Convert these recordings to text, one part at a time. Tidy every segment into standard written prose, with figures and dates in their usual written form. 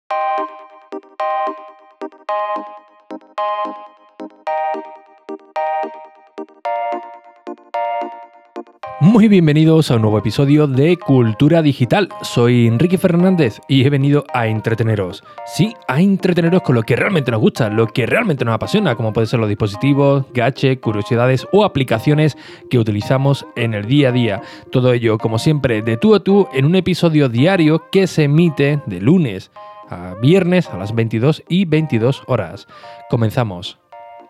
Muy bienvenidos a un nuevo episodio de Cultura Digital. Soy Enrique Fernández y he venido a entreteneros. Sí, a entreteneros con lo que realmente nos gusta, lo que realmente nos apasiona, como pueden ser los dispositivos, gadgets, curiosidades o aplicaciones que utilizamos en el día a día. Todo ello, como siempre, de tú a tú en un episodio diario que se emite de lunes a viernes a las 22:22 horas. Comenzamos.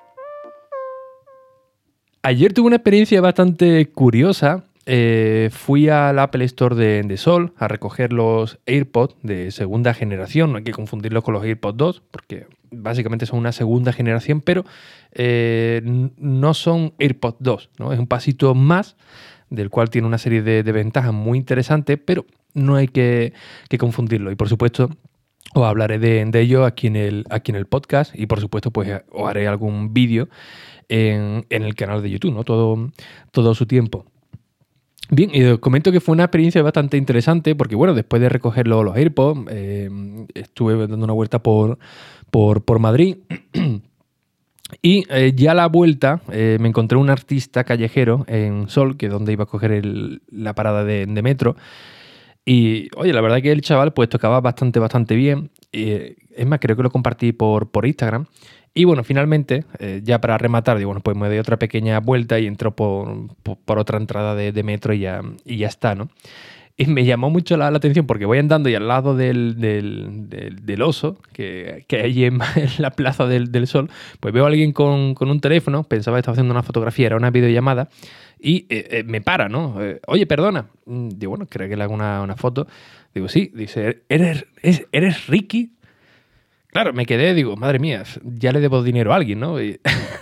Ayer tuve una experiencia bastante curiosa. Fui al Apple Store de Sol a recoger los AirPods de segunda generación. No hay que confundirlos con los AirPods 2, porque básicamente son una segunda generación, pero no son AirPods 2, ¿no? Es un pasito más, del cual tiene una serie de ventajas muy interesantes, pero no hay que confundirlo. Y por supuesto, os hablaré de ello aquí en el podcast y por supuesto pues os haré algún vídeo en el canal de YouTube, ¿no? Todo su tiempo. Bien, y os comento que fue una experiencia bastante interesante porque, bueno, después de recoger los AirPods, estuve dando una vuelta por Madrid y ya a la vuelta me encontré un artista callejero en Sol, que es donde iba a coger la parada de metro. Y, oye, la verdad que el chaval pues tocaba bastante bien. Es más, creo que lo compartí por Instagram. Y bueno, finalmente, ya para rematar, digo, bueno, pues me doy otra pequeña vuelta y entro por otra entrada de metro y ya está, ¿no? Y me llamó mucho la atención porque voy andando y al lado del oso, que hay en la Plaza del Sol, pues veo a alguien con un teléfono, pensaba que estaba haciendo una fotografía, era una videollamada, y me para, ¿no? Oye, perdona. Digo, bueno, creo que le hago una foto. Digo, sí. Dice, ¿eres Ricky? Claro, me quedé, digo, madre mía, ya le debo dinero a alguien, ¿no? Y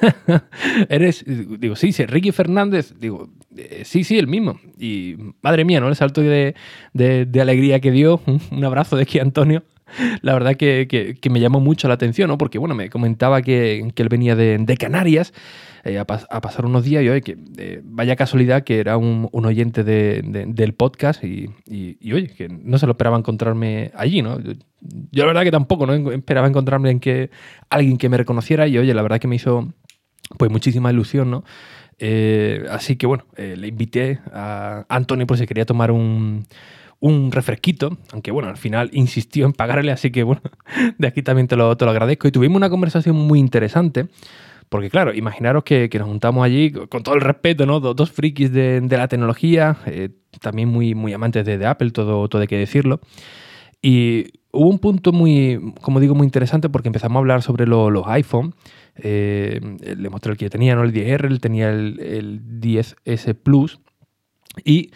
digo, sí, Ricky Fernández. Digo, sí, el mismo. Y madre mía, ¿no? El salto de alegría que dio, un abrazo de aquí a Antonio. La verdad que me llamó mucho la atención, ¿no? Porque, bueno, me comentaba que él venía de Canarias a pasar unos días y, oye, que vaya casualidad que era un oyente del podcast y, oye, que no se lo esperaba encontrarme allí, ¿no? Yo la verdad que tampoco, ¿no? Esperaba encontrarme alguien que me reconociera y, oye, la verdad que me hizo pues muchísima ilusión, ¿no? Así que, bueno, le invité a Antonio por si quería tomar un refresquito, aunque bueno, al final insistió en pagarle, así que bueno, de aquí también te lo agradezco. Y tuvimos una conversación muy interesante, porque claro, imaginaros que nos juntamos allí, con todo el respeto, ¿no? Dos frikis de la tecnología, también muy amantes de Apple, todo hay que decirlo. Y hubo un punto como digo, muy interesante porque empezamos a hablar sobre los iPhone. Le mostré el que yo tenía, ¿no? El 10R, él tenía el 10S Plus y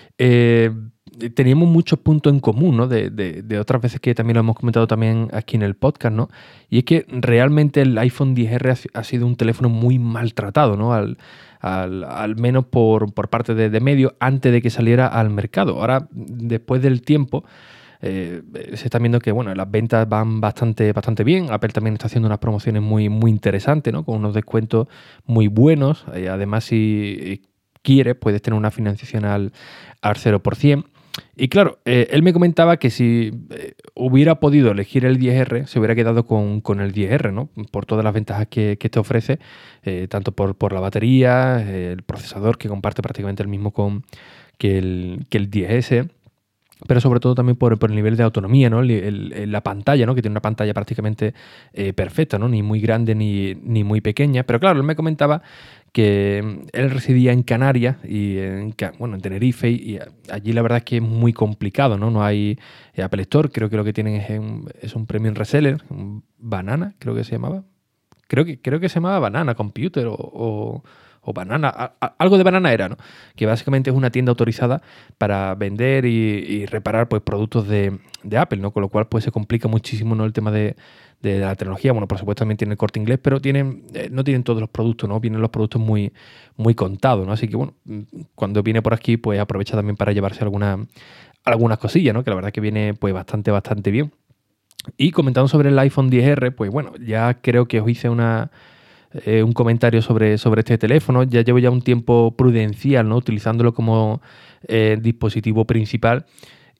teníamos muchos puntos en común, ¿no? De otras veces que también lo hemos comentado también aquí en el podcast, ¿no? Y es que realmente el iPhone XR ha sido un teléfono muy maltratado, ¿no? Al menos por parte de medio antes de que saliera al mercado. Ahora, después del tiempo, se está viendo que bueno, las ventas van bastante bien. Apple también está haciendo unas promociones muy interesantes, ¿no? Con unos descuentos muy buenos. Además, si quieres, puedes tener una financiación al 0%. Y claro, él me comentaba que si hubiera podido elegir el 10R, se hubiera quedado con el 10R, ¿no? Por todas las ventajas que te ofrece, tanto por la batería, el procesador, que comparte prácticamente el mismo que el 10S, pero sobre todo también por el nivel de autonomía, ¿no? La pantalla, ¿no? Que tiene una pantalla prácticamente perfecta, ¿no? Ni muy grande ni muy pequeña. Pero claro, él me comentaba que él residía en Canarias y en Tenerife, y allí la verdad es que es muy complicado, ¿no? No hay Apple Store, creo que lo que tienen es un premium reseller, un Banana, creo que se llamaba. Creo que se llamaba Banana Computer o Banana, algo de Banana era, ¿no? Que básicamente es una tienda autorizada para vender y reparar pues productos de Apple, ¿no? Con lo cual pues se complica muchísimo, ¿no? El tema de la tecnología. Bueno, por supuesto también tiene el Corte Inglés, pero no tienen todos los productos, ¿no? Vienen los productos muy contados, ¿no? Así que bueno, cuando viene por aquí pues aprovecha también para llevarse algunas cosillas, ¿no? Que la verdad que viene pues bastante bien. Y comentando sobre el iPhone XR, pues bueno, ya creo que os hice un comentario sobre este teléfono. Ya llevo un tiempo prudencial, ¿no? Utilizándolo como dispositivo principal.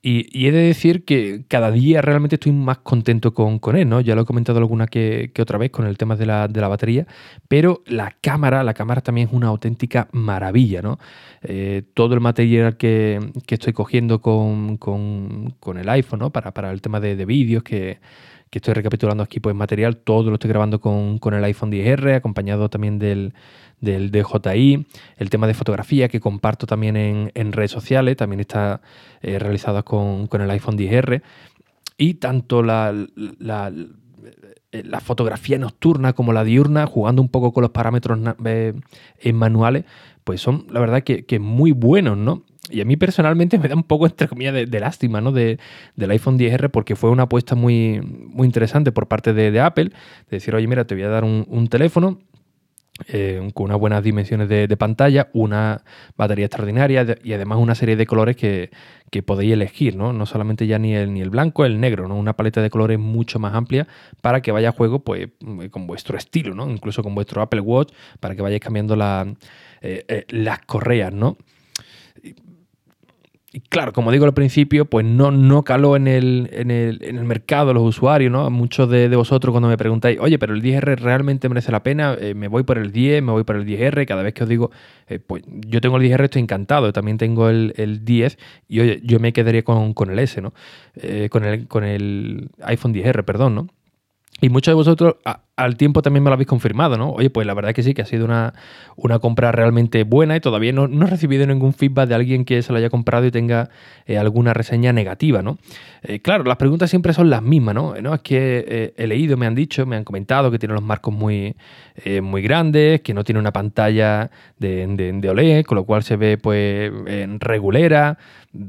Y he de decir que cada día realmente estoy más contento con él, ¿no? Ya lo he comentado alguna que otra vez con el tema de la batería, pero la cámara también es una auténtica maravilla, ¿no? Todo el material que estoy cogiendo con el iPhone, ¿no? Para el tema de vídeos que estoy recapitulando aquí, pues material, todo lo estoy grabando con el iPhone XR, acompañado también del DJI. El tema de fotografía que comparto también en redes sociales, también está realizado con el iPhone XR. Y tanto la fotografía nocturna como la diurna, jugando un poco con los parámetros en manuales, pues son la verdad que muy buenos, ¿no? Y a mí personalmente me da un poco, entre comillas, de lástima, ¿no? Del iPhone XR, porque fue una apuesta muy, muy interesante por parte de Apple, de decir, oye, mira, te voy a dar un teléfono con unas buenas dimensiones de pantalla, una batería extraordinaria y además una serie de colores que podéis elegir, ¿no? No solamente ya ni el blanco, el negro, ¿no? Una paleta de colores mucho más amplia para que vaya a juego pues, con vuestro estilo, ¿no? Incluso con vuestro Apple Watch, para que vayáis cambiando las correas, ¿no? Y claro, como digo al principio, pues no caló en el mercado los usuarios, ¿no? Muchos de vosotros cuando me preguntáis, oye, pero el 10R realmente merece la pena, me voy por el 10, me voy por el 10R, cada vez que os digo, pues yo tengo el 10R, estoy encantado, también tengo el 10 y oye, yo me quedaría con el S, ¿no? Con el iPhone 10R, perdón, ¿no? Y muchos de vosotros al tiempo también me lo habéis confirmado, ¿no? Oye, pues la verdad que sí, que ha sido una compra realmente buena y todavía no he recibido ningún feedback de alguien que se lo haya comprado y tenga alguna reseña negativa, ¿no? Claro, las preguntas siempre son las mismas, ¿no? Es que he leído, me han dicho, me han comentado que tiene los marcos muy grandes, que no tiene una pantalla de OLED, con lo cual se ve pues regulera.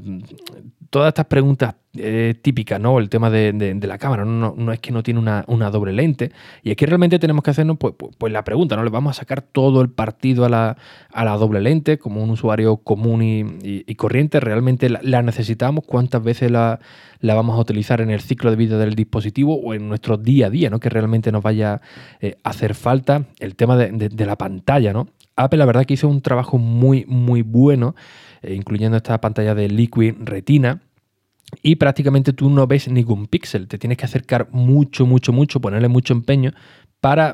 Todas estas preguntas típicas, ¿no? El tema de la cámara, no es que no tiene una doble lente. Y es que realmente tenemos que hacernos pues la pregunta, ¿no? Le vamos a sacar todo el partido a la doble lente como un usuario común y corriente. ¿Realmente la necesitamos? ¿Cuántas veces la vamos a utilizar en el ciclo de vida del dispositivo o en nuestro día a día, ¿no? Que realmente nos vaya a hacer falta. El tema de la pantalla, ¿no? Apple, la verdad que hizo un trabajo muy, muy bueno, incluyendo esta pantalla de Liquid Retina. Y prácticamente tú no ves ningún píxel. Te tienes que acercar mucho, ponerle mucho empeño para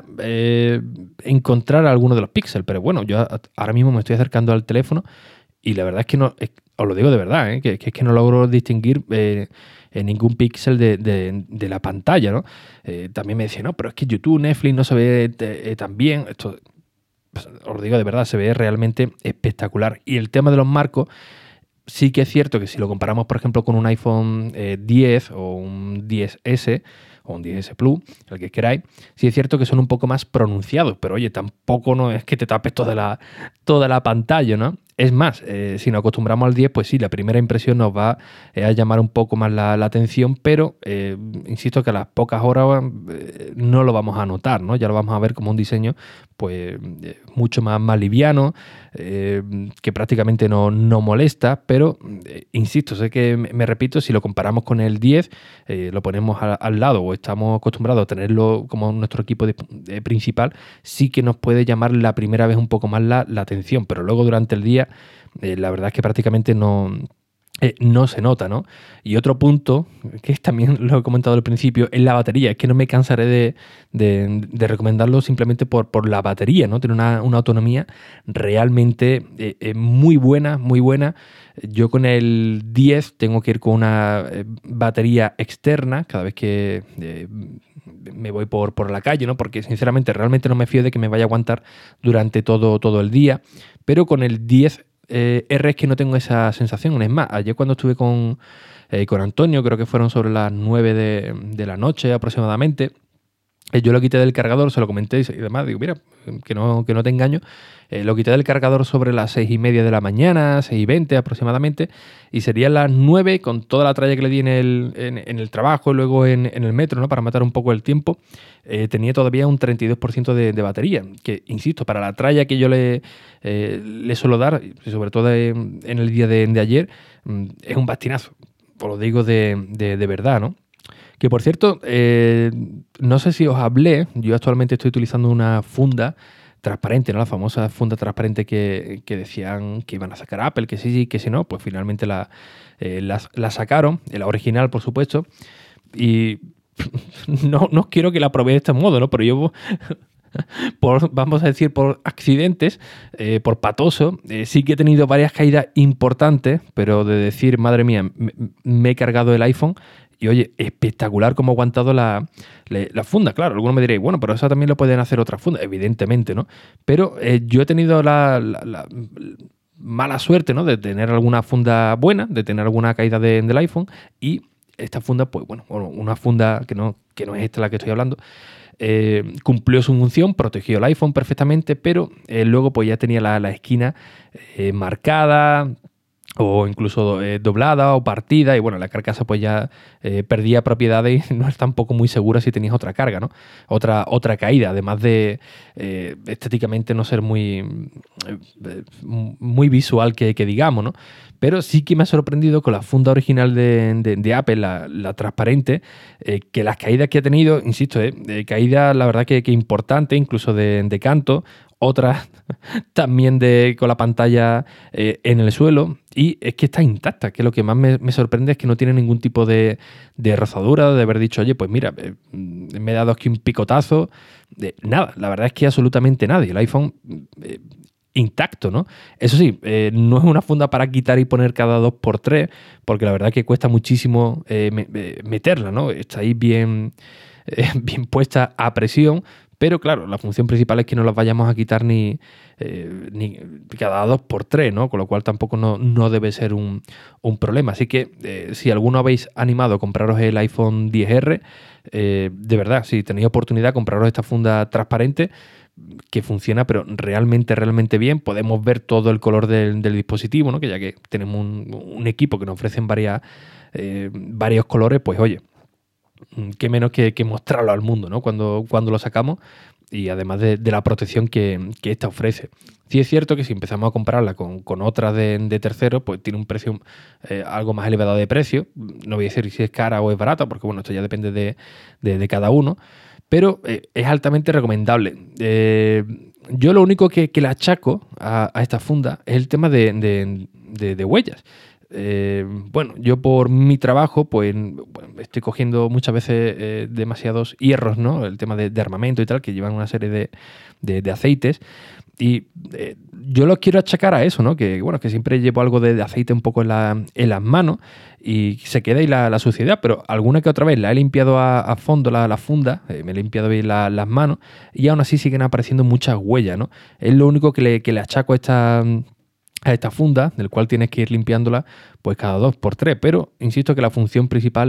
encontrar alguno de los píxeles. Pero bueno, yo ahora mismo me estoy acercando al teléfono y la verdad es que no, os lo digo de verdad, que es que no logro distinguir ningún píxel de la pantalla, ¿no? También me decía, no, pero es que YouTube, Netflix no se ve tan bien. Esto, pues, os lo digo de verdad, se ve realmente espectacular. Y el tema de los marcos, sí que es cierto que si lo comparamos, por ejemplo, con un iPhone 10 o un 10S o un 10S Plus, el que queráis, sí es cierto que son un poco más pronunciados, pero oye, tampoco no es que te tapes toda la pantalla, ¿no? Es más, si nos acostumbramos al 10, pues sí, la primera impresión nos va a llamar un poco más la atención, pero insisto que a las pocas horas no lo vamos a notar, ¿no? Ya lo vamos a ver como un diseño pues mucho más liviano, que prácticamente no molesta, pero insisto, sé que me repito, si lo comparamos con el 10, lo ponemos al lado o estamos acostumbrados a tenerlo como nuestro equipo principal, sí que nos puede llamar la primera vez un poco más la atención, pero luego durante el día la verdad es que prácticamente no se nota, ¿no? Y otro punto, que también lo he comentado al principio, es la batería. Es que no me cansaré de recomendarlo simplemente por la batería, ¿no? Tiene una autonomía realmente muy buena, muy buena. Yo con el 10 tengo que ir con una batería externa cada vez que me voy por la calle, ¿no? Porque sinceramente realmente no me fío de que me vaya a aguantar durante todo el día. Pero con el 10 R es que no tengo esa sensación. Es más, ayer cuando estuve con Antonio, creo que fueron sobre las 9 de la noche aproximadamente, yo lo quité del cargador, se lo comenté y demás, digo, mira, que no te engaño, lo quité del cargador sobre las 6:30 de la mañana, 6:20 aproximadamente, y serían las 9 con toda la tralla que le di en el trabajo y luego en el metro, ¿no? Para matar un poco el tiempo, tenía todavía un 32% de batería, que, insisto, para la tralla que yo le suelo dar, sobre todo en el día de ayer, es un bastinazo, os lo digo de verdad, ¿no? Que por cierto, no sé si os hablé, yo actualmente estoy utilizando una funda transparente, ¿no? La famosa funda transparente que decían que iban a sacar Apple, que sí, que si no, pues finalmente la sacaron, la original, por supuesto, y no quiero que la probé de este modo, ¿no? Pero yo, vamos a decir, por accidentes, por patoso, sí que he tenido varias caídas importantes, pero de decir, madre mía, me he cargado el iPhone y oye, espectacular cómo ha aguantado la funda. Claro, algunos me diréis, bueno, pero eso también lo pueden hacer otras fundas, evidentemente, ¿no? Pero yo he tenido la mala suerte, ¿no? De tener alguna funda buena, de tener alguna caída del iPhone, y esta funda, pues bueno, una funda que no es esta la que estoy hablando, cumplió su función, protegió el iPhone perfectamente, pero luego pues ya tenía la esquina marcada o incluso doblada o partida, y bueno, la carcasa pues ya perdía propiedades y no es tampoco muy segura si tenías otra carga, ¿no? Otra caída, además de estéticamente no ser muy visual que digamos, ¿no? Pero sí que me ha sorprendido con la funda original de Apple, la transparente, que las caídas que ha tenido, insisto, caídas la verdad que importante, incluso de canto, otras también con la pantalla en el suelo, y es que está intacta, que lo que más me sorprende es que no tiene ningún tipo de rozadura, de haber dicho, oye, pues mira, me he dado aquí un picotazo, nada, la verdad es que absolutamente nada, y el iPhone intacto, ¿no? Eso sí, no es una funda para quitar y poner cada 2x3, porque la verdad que cuesta muchísimo meterla, ¿no? Está ahí bien puesta a presión, pero claro, la función principal es que no las vayamos a quitar ni cada 2x3, ¿no? Con lo cual tampoco no debe ser un problema. Así que si alguno habéis animado a compraros el iPhone XR, de verdad, si tenéis oportunidad, compraros esta funda transparente que funciona, pero realmente bien. Podemos ver todo el color del dispositivo, ¿no? Que ya que tenemos un equipo que nos ofrecen varios colores, pues oye, qué menos que mostrarlo al mundo, ¿no? Cuando lo sacamos, y además de la protección que esta ofrece. Sí es cierto que si empezamos a comprarla con otras de terceros, pues tiene un precio algo más elevado de precio. No voy a decir si es cara o es barata, porque bueno, esto ya depende de cada uno, pero es altamente recomendable. Yo lo único que le achaco a esta funda es el tema de huellas. Bueno, yo por mi trabajo pues estoy cogiendo muchas veces demasiados hierros, ¿no? El tema de armamento y tal, que llevan una serie de aceites, y yo los quiero achacar a eso, ¿no? Que bueno, que siempre llevo algo de aceite un poco en las manos y se queda ahí la suciedad, pero alguna que otra vez la he limpiado a fondo la funda, me he limpiado bien las manos, y aún así siguen apareciendo muchas huellas, ¿no? Es lo único que le achaco a esta funda, del cual tienes que ir limpiándola pues cada 2x3, pero insisto que la función principal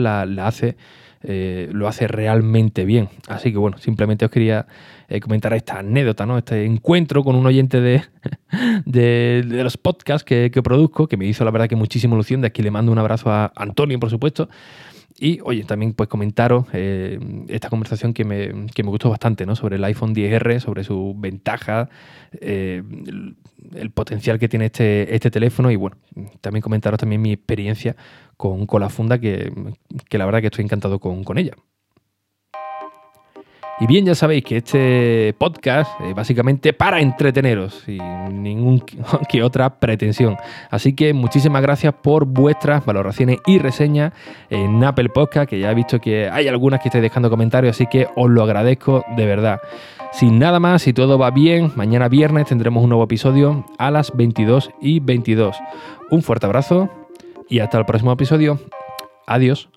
lo hace realmente bien. Así que bueno, simplemente os quería comentar esta anécdota, ¿no? Este encuentro con un oyente de los podcasts que produzco, que me hizo la verdad que muchísima ilusión. De aquí le mando un abrazo a Antonio, por supuesto. Y oye, también pues comentaros esta conversación que me gustó bastante, ¿no? Sobre el iPhone XR, sobre sus ventajas, el potencial que tiene este teléfono, y bueno, también comentaros también mi experiencia con la funda, que la verdad que estoy encantado con ella. Y bien, ya sabéis que este podcast es básicamente para entreteneros, sin ningún que otra pretensión. Así que muchísimas gracias por vuestras valoraciones y reseñas en Apple Podcast, que ya he visto que hay algunas que estáis dejando comentarios, así que os lo agradezco de verdad. Sin nada más, si todo va bien, mañana viernes tendremos un nuevo episodio a las 22:22. Un fuerte abrazo y hasta el próximo episodio. Adiós.